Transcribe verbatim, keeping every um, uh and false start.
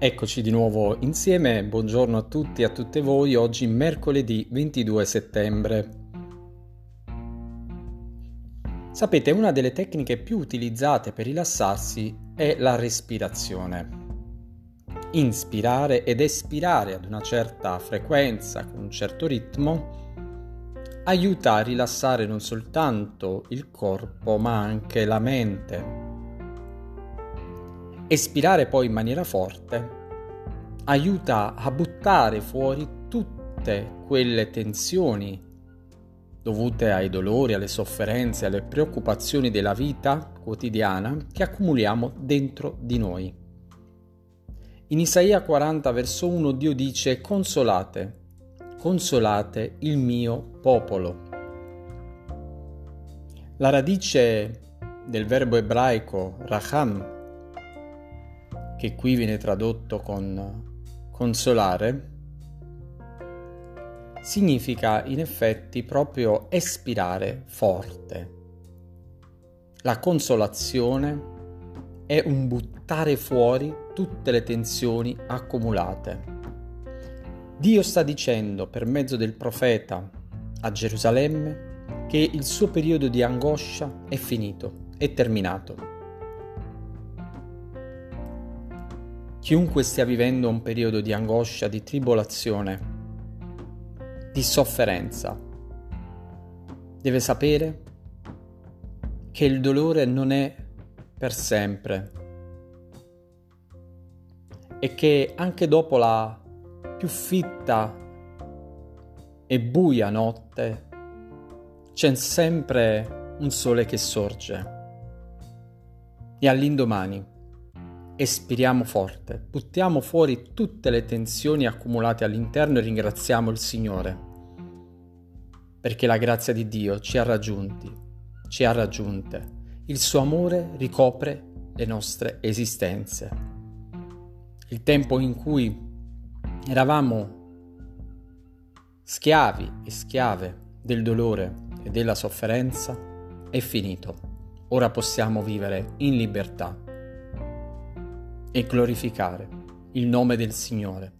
Eccoci di nuovo insieme, buongiorno a tutti e a tutte voi, oggi mercoledì ventidue settembre. Sapete, una delle tecniche più utilizzate per rilassarsi è la respirazione. Inspirare ed espirare ad una certa frequenza, con un certo ritmo, aiuta a rilassare non soltanto il corpo ma anche la mente. Espirare poi in maniera forte aiuta a buttare fuori tutte quelle tensioni dovute ai dolori, alle sofferenze, alle preoccupazioni della vita quotidiana che accumuliamo dentro di noi. In Isaia quaranta verso uno Dio dice: consolate, consolate il mio popolo. La radice del verbo ebraico racham, che qui viene tradotto con consolare, significa in effetti proprio espirare forte. La consolazione è un buttare fuori tutte le tensioni accumulate. Dio sta dicendo per mezzo del profeta a Gerusalemme che il suo periodo di angoscia è finito, è terminato. Chiunque stia vivendo un periodo di angoscia, di tribolazione, di sofferenza, deve sapere che il dolore non è per sempre e che anche dopo la più fitta e buia notte c'è sempre un sole che sorge. E all'indomani espiriamo forte, buttiamo fuori tutte le tensioni accumulate all'interno e ringraziamo il Signore, perché la grazia di Dio ci ha raggiunti, ci ha raggiunte. Il suo amore ricopre le nostre esistenze. Il tempo in cui eravamo schiavi e schiave del dolore e della sofferenza è finito. Ora possiamo vivere in libertà e glorificare il nome del Signore.